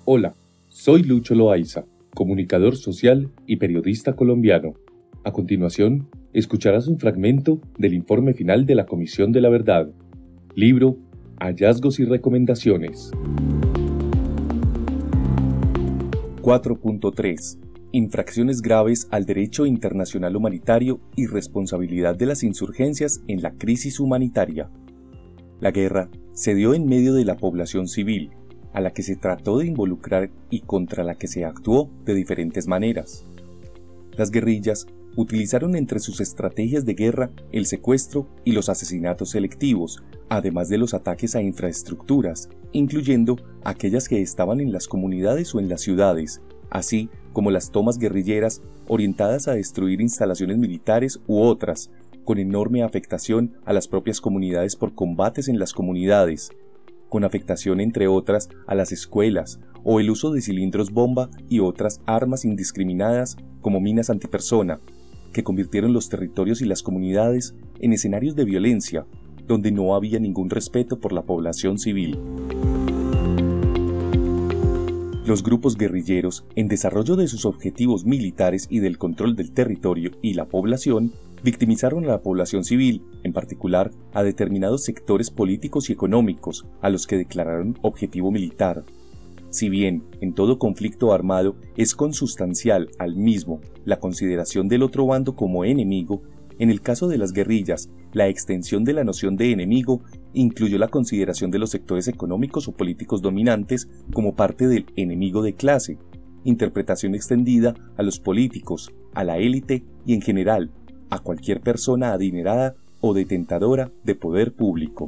Hola, soy Lucho Loaiza, comunicador social y periodista colombiano. A continuación, escucharás un fragmento del informe final de la Comisión de la Verdad, libro Hallazgos y Recomendaciones. 4.3. Infracciones graves al derecho internacional humanitario y responsabilidad de las insurgencias en la crisis humanitaria. La guerra se dio en medio de la población civil, a la que se trató de involucrar y contra la que se actuó de diferentes maneras. Las guerrillas utilizaron entre sus estrategias de guerra el secuestro y los asesinatos selectivos, además de los ataques a infraestructuras, incluyendo aquellas que estaban en las comunidades o en las ciudades, así como las tomas guerrilleras orientadas a destruir instalaciones militares u otras, con enorme afectación a las propias comunidades por combates en las comunidades, con afectación entre otras a las escuelas, o el uso de cilindros bomba y otras armas indiscriminadas como minas antipersona, que convirtieron los territorios y las comunidades en escenarios de violencia, donde no había ningún respeto por la población civil. Los grupos guerrilleros, en desarrollo de sus objetivos militares y del control del territorio y la población, victimizaron a la población civil, en particular a determinados sectores políticos y económicos, a los que declararon objetivo militar. Si bien, en todo conflicto armado, es consustancial al mismo la consideración del otro bando como enemigo, en el caso de las guerrillas, la extensión de la noción de enemigo incluyó la consideración de los sectores económicos o políticos dominantes como parte del enemigo de clase, interpretación extendida a los políticos, a la élite y en general, a cualquier persona adinerada o detentadora de poder público.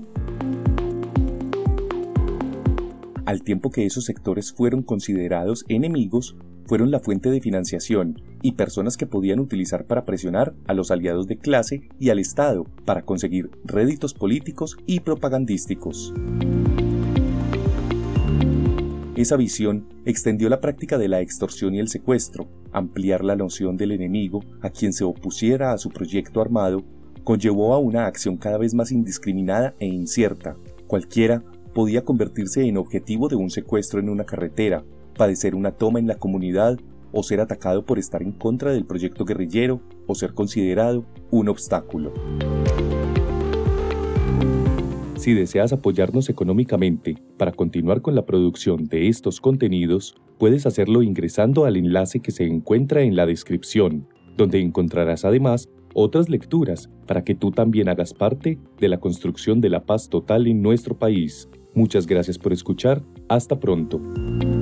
Al tiempo que esos sectores fueron considerados enemigos, fueron la fuente de financiación y personas que podían utilizar para presionar a los aliados de clase y al Estado para conseguir réditos políticos y propagandísticos. Esa visión extendió la práctica de la extorsión y el secuestro. Ampliar la noción del enemigo a quien se opusiera a su proyecto armado conllevó a una acción cada vez más indiscriminada e incierta. Cualquiera podía convertirse en objetivo de un secuestro en una carretera, padecer una toma en la comunidad o ser atacado por estar en contra del proyecto guerrillero o ser considerado un obstáculo. Si deseas apoyarnos económicamente para continuar con la producción de estos contenidos, puedes hacerlo ingresando al enlace que se encuentra en la descripción, donde encontrarás además otras lecturas para que tú también hagas parte de la construcción de la paz total en nuestro país. Muchas gracias por escuchar. Hasta pronto.